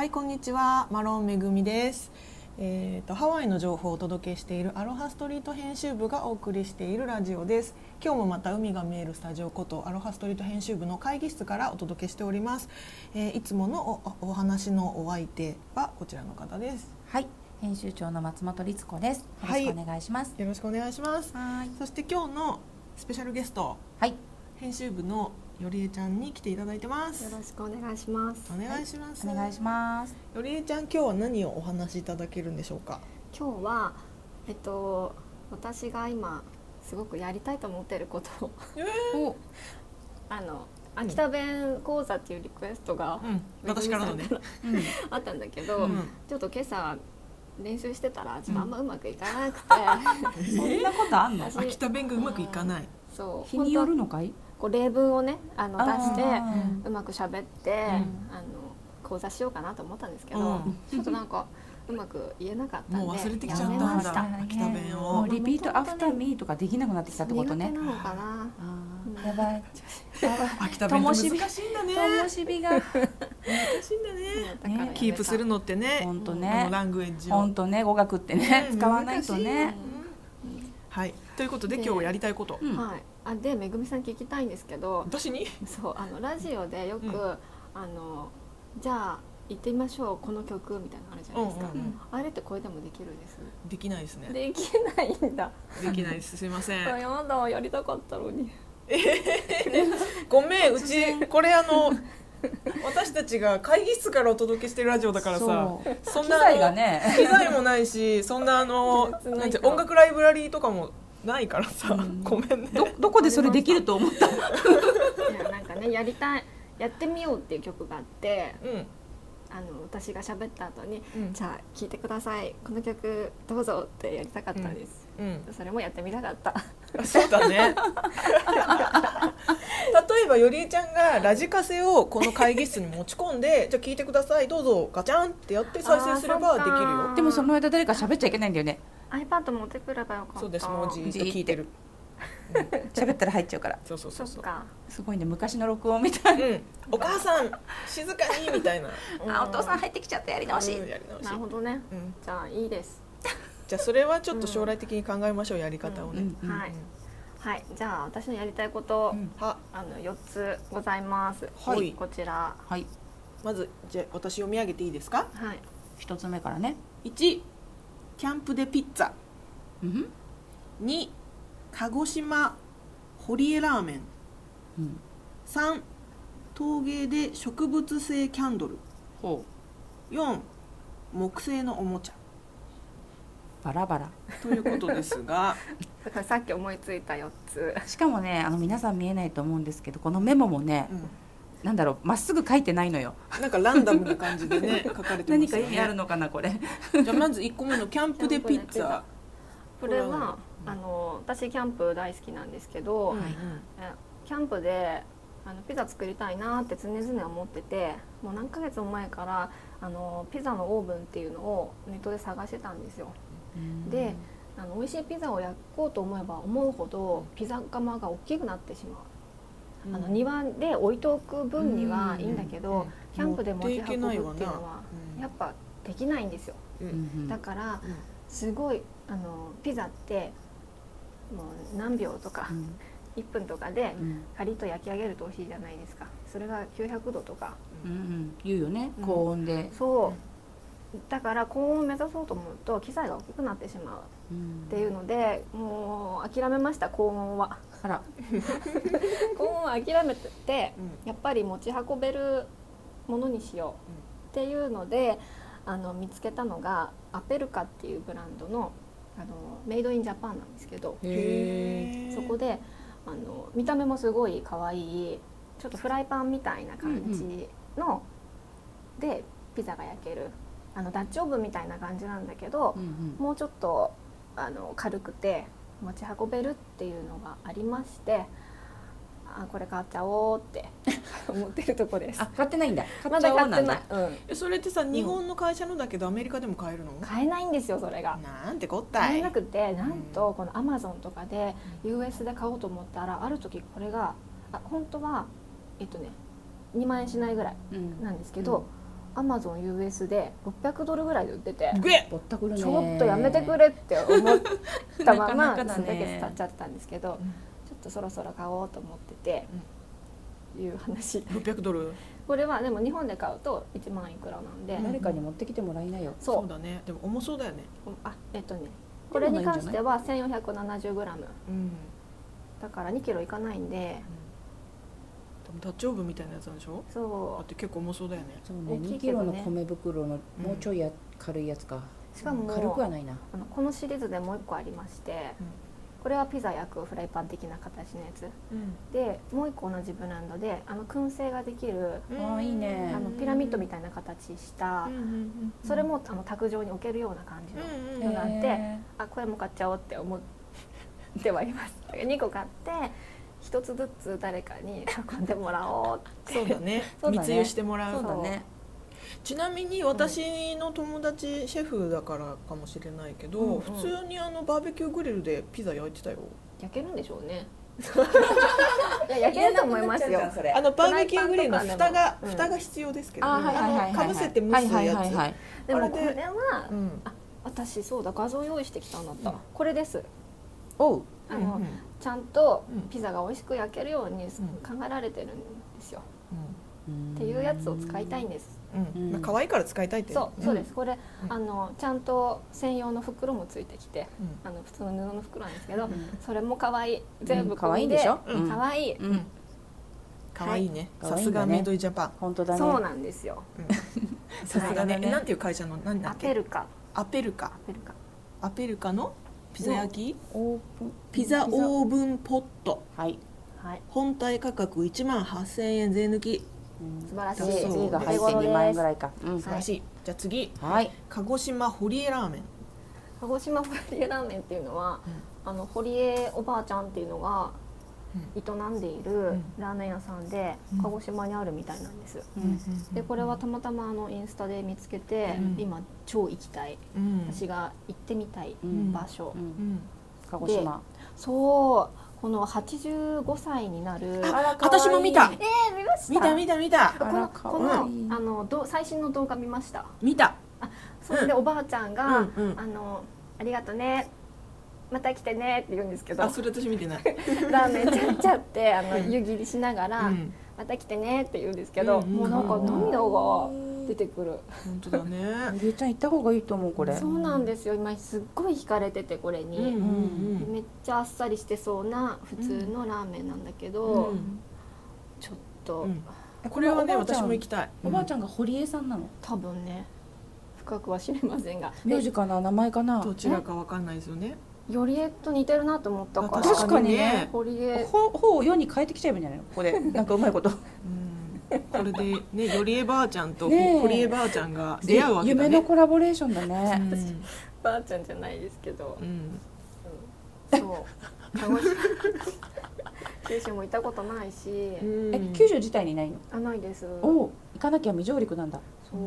はいこんにちは、マロンめぐみです。ハワイの情報をお届けしているアロハストリート編集部がお送りしているラジオです。今日もまた海が見えるスタジオことアロハストリート編集部の会議室からお届けしております。いつもの お話のお相手はこちらの方です。 はい、編集長の松本律子です。よろしくお願いします。 よろしくお願いします。そして今日のスペシャルゲスト、 はい、 編集部のよりえちゃんに来ていただいてます。 よろしくお願いします。 お願いします。 お願いします。 よりえちゃん、今日は何をお話しいただけるんでしょうか。 今日は私が今すごくやりたいと思っていることを、秋田弁講座っていうリクエストが、 私からのね、 あったんだけど、ちょっと今朝練習してたらちょっとあんまうまくいかなくて、 そんなことあんの？ 秋田弁がうまくいかない。 そう、 日によるのかい？ こう例文をね出してうまく喋って、講座しようかなと思ったんですけど、ちょっとなんかうまく言えなかったんでもう忘れてきちゃったんだ、秋田弁を。 もうリピートアフターミーとかできなくなってきたってことね。 苦手なのかな。 やばい。 秋田弁って難しいんだね。 ともしびが難しいんだね。キープするのってね。 本当ね。 ラングエッジを。 本当ね、語学ってね、使わないとね。 はい。ということで今日やりたいこと。 はい。でめぐみさん聞きたいんですけど。 私に？ そうラジオでよくじゃあ行ってみましょうこの曲みたいなのあるじゃないですか。あれってこれでもできるんです？ できないですね。 できないんだ。 できないです。すいません。 やだ、やりたかったのに。 ごめん、うちこれ私たちが会議室からお届けしてるラジオだからさ、そんな機材がね、 機材もないし、そんな音楽ライブラリーとかもないからさ、ごめんね。 どこでそれできると思った？ いやなんかね、やってみようっていう曲があって、私が喋った後に、じゃあ聴いてくださいこの曲どうぞってやりたかったんです。それもやってみたかった。 そうだね。例えばよりえちゃんがラジカセをこの会議室に持ち込んでじゃあ聞いてくださいどうぞガチャンってやって再生すればできるよ。 でもその間誰か喋っちゃいけないんだよね。 iPad 持ってくればよかった。 そうです、もうじーっと聞いてる。 喋ったら入っちゃうから。 そうすごいね、昔の録音みたい。 お母さん静かにみたいな。 お父さん入ってきちゃった、やり直し。 なるほどね。じゃあいいです。 じゃあそれはちょっと将来的に考えましょう、やり方をね。 はい、じゃあ私のやりたいこと4つございます。はい、こちら。 はい。 まずじゃあ私読み上げていいですか？ はい。 1つ目からね。 1、キャンプでピッツァ。2、鹿児島堀江ラーメン。3、陶芸で植物性キャンドル。4、木製のおもちゃ。 バラバラということですがだからさっき思いついた4つ。 しかもね、皆さん見えないと思うんですけど、このメモもね、なんだろう、まっすぐ書いてないのよ。 なんかランダムな感じでね書かれてますよね。 何か意味あるのかなこれ。 じゃあまず1個目のキャンプでピッツァ。 これは私キャンプ大好きなんですけど、キャンプでピザ作りたいなって常々思ってて、もう何ヶ月も前からピザのオーブンっていうのをネットで探してたんですよ。で美味しいピザを焼こうと思えば思うほどピザ窯が大きくなってしまう。庭で置いておく分にはいいんだけど、キャンプで持ち運ぶっていうのはやっぱできないんですよ。だからすごいピザってもう何秒とか1分とかでカリッと焼き上げると美味しいじゃないですか。それが900度とか言うよね、高温で。 そうだから高温を目指そうと思うと機材が大きくなってしまうっていうので、もう諦めました。高温は高温は諦めて、やっぱり持ち運べるものにしようっていうので見つけたのがアペルカっていうブランドのメイドインジャパンなんですけど、そこで見た目もすごい可愛いちょっとフライパンみたいな感じのでピザが焼けるダッチオーブンみたいな感じなんだけど、もうちょっと軽くて持ち運べるっていうのがありまして、これ買っちゃおうって思ってるとこです。 買ってないんだ。 まだ買ってない。 それってさ、日本の会社のだけどアメリカでも買えるの？ 買えないんですよ、それが。 なんてこったい。 買えなくて、なんとこのアマゾンとかで US で買おうと思ったら、ある時これが本当は2万円しないぐらいなんですけど、 Amazon US で$600ぐらいで売ってて、 ぼったくるね。 ちょっとやめてくれって思ったままなかなかだね数ヶ月経っちゃったんですけど、ちょっとそろそろ買おうと思ってて、いう話。 $600。 これはでも日本で買うと1万いくらなんで、 誰かに持ってきてもらいなよ。 そうだね。でも重そうだよね。 これに関しては1470g、 うんだから2キロいかないんで、 ダッチオーブンみたいなやつなんでしょ。 そだって結構重そうだよね。 そうね、2 大きいけどねキロの米袋のもうちょい軽いやつか。 う。しかも軽くはないな。 このシリーズでもう1個ありまして、これはピザ焼くフライパン的な形のやつで、もう1個同じブランドで燻製ができるああいいね。 ピラミッドみたいな形した、それも卓上に置けるような感じのがあって、これも買っちゃおうって思ってはいます。2個買って1つずつ誰かに運んでもらおうって。 そうだね。密輸してもらう。 そうだね。 ちなみに私の友達シェフだからかもしれないけど、普通にバーベキューグリルでピザ焼いてたよ。 焼けるんでしょうね。いや焼けると思いますよ。 バーベキューグリルの蓋が必要ですけど、かぶせて蒸すやつ。 でもこれは私そうだ、画像用意してきたんだった。これです。 おう。 ちゃんとピザが美味しく焼けるように考えられてるんですよ。っていうやつを使いたいんです。 可愛いから使いたいって。 そうです。これちゃんと専用の袋もついてきて、普通の布の袋なんですけど、それも可愛い。全部可愛いでしょ。 可愛い。 可愛いね。さすがメイドインジャパン。 本当だね。 そうなんですよ。 さすがね。なんていう会社の何だっけ？ アペルカ。 アペルカのピザ焼き？ピザオーブンポット。 はい。 本体価格18,000円税抜き。 素晴らしい。 次が入って2万円ぐらいか。 素晴らしい。じゃあ次。鹿児島堀江ラーメン。 鹿児島堀江ラーメンっていうのは、堀江おばあちゃんっていうのが営んでいるラーメン屋さんで、鹿児島にあるみたいなんです。でこれはたまたまインスタで見つけて、今超行きたい、私が行ってみたい場所、 鹿児島。 そう、この85歳になる。 私も見た。 見ました。 見た。 この最新の動画見ました。 見た。 それでおばあちゃんがありがとね、また来てねって言うんですけど、 それ私見てない。 ラーメンちゃっちゃって湯切りしながらまた来てねって言うんですけど、もうなんか涙が出てくる。 本当だね。 ゆうちゃん行った方がいいと思うこれ。 そうなんですよ。今すっごい惹かれてて、これにめっちゃあっさりしてそうな普通のラーメンなんだけど、ちょっとこれはね、私も行きたい。 おばあちゃんが堀江さんなの？ 多分ね、深くは知りませんが、 名字かな、名前かな、 どちらかわかんないですよね。 よりえと似てるなと思ったから。 確かにね。 堀江ほを世に変えてきちゃえばいいんじゃないの、ここで。なんかうまいこと。 これでね、よりえばあちゃんと堀江ばあちゃんが出会うわけだね。 夢のコラボレーションだね。 ばあちゃんじゃないですけど、そう鹿児島九州も行ったことないし。 九州自体にないの？ ないです。 行かなきゃ未上陸なんだ。 そう、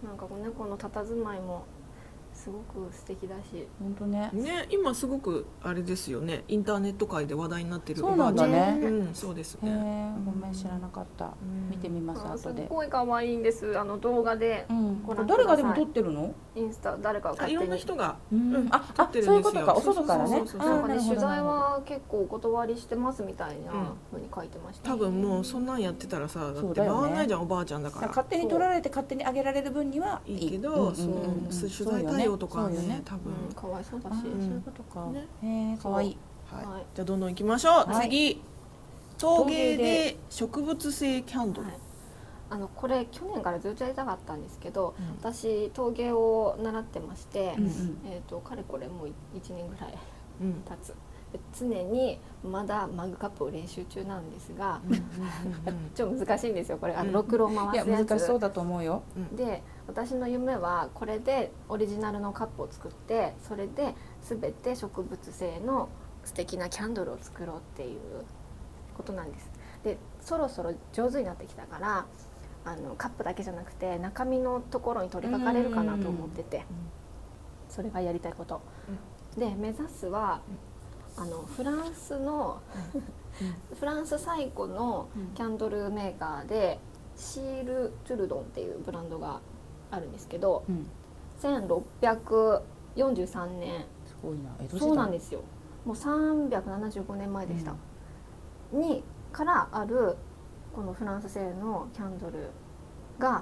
なんかこの佇まいもすごく素敵だし。 本当ね。 ね、今すごくあれですよね。インターネット界で話題になってる。 そうなんだね。 そうですね。 ごめん、知らなかった。見てみます後で。 すごい可愛いんです。動画で。 誰がでも撮ってるの？ インスタ誰かが勝手に。 いろんな人が撮ってるんですよ。そういうことか。お外からね。 なんかね、取材は結構お断りしてますみたいな風に書いてました。 多分もうそんなんやってたらさ、だって回らないじゃん、おばあちゃんだから。 勝手に撮られて勝手にあげられる分にはいいけど、取材対応とかね、多分かわいそうだし。 そういうことか。かわいい。 じゃあどんどん行きましょう。次、陶芸で植物性キャンドル。 これ去年からずっとやりたかったんですけど、私陶芸を習ってまして、かれこれもう1年ぐらい経つ。常にまだマグカップを練習中なんですが、ちょっと難しいんですよこれ。ろくろ回すやつ。 いや難しそうだと思うよ。 で、私の夢はこれでオリジナルのカップを作って、それで全て植物性の素敵なキャンドルを作ろうっていうことなんです。で、そろそろ上手になってきたから、カップだけじゃなくて中身のところに取り掛かれるかなと思ってて、それがやりたいことで、目指すはフランス最古のキャンドルメーカーで、 シールトゥルドンっていうブランドがあるんですけど、 うん、 1643年、 すごいな、江戸時代。 そうなんですよ、もう375年前でした、にからあるこのフランス製のキャンドルが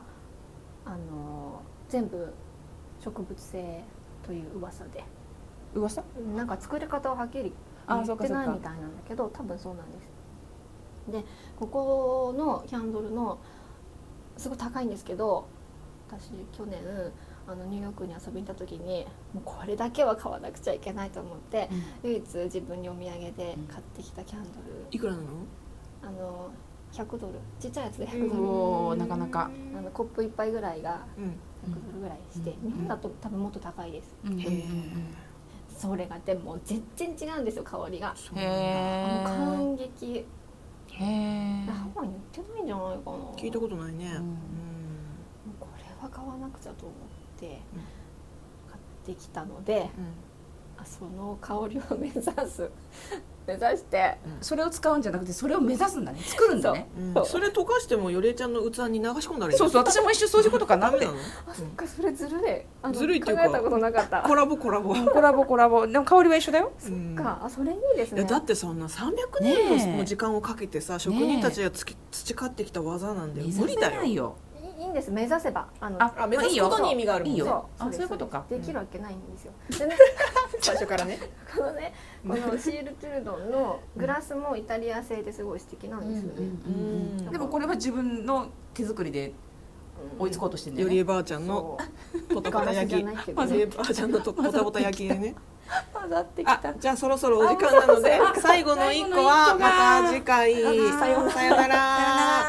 全部植物性という噂で、 噂？ なんか作り方ははっきり言ってないみたいなんだけど、多分そうなんです。でここのキャンドルのすごい高いんですけど、私去年ニューヨークに遊びに行った時にもうこれだけは買わなくちゃいけないと思って、唯一自分にお土産で買ってきたキャンドル、 いくらなの ？$100、ちっちゃいやつで$100、 おー、なかなか。 コップ一杯ぐらいが$100ぐらいして、日本だと多分もっと高いです。それがでも全然違うんですよ、香りが。 へー、 感激。 へー、 ハワイに売ってないんじゃないかな。 聞いたことないね。 これは買わなくちゃと思って買ってきたので、その香りを目指して、 それを使うんじゃなくてそれを目指すんだね、作るんだね。 それ溶かしてもよれちゃんの器に流し込んだらいい。 そうそう、私も一瞬そういうことかなって。 ダメなの？ そっか、それずるい。 ずるいっていうか考えたことなかった。 コラボコラボでも香りは一緒だよ。 そっか、それいいですね。 だってそんな300年の時間をかけてさ、職人たちが培ってきた技なんで無理だよ。 いいんです、目指せば。 目指すことに意味があるもんね。 そういうことか。 できるわけないんですよ。でね、 最初からね。 このシールトゥルドンのグラスもイタリア製ですごい素敵なんですよね。 でもこれは自分の手作りで追いつこうとしてるんだよね。 よりえばあちゃんのポタポタ焼き、よりえばあちゃんのポタポタ焼きでね。 混ざってきた。 じゃあそろそろお時間なので、最後の1個はまた次回。さようなら。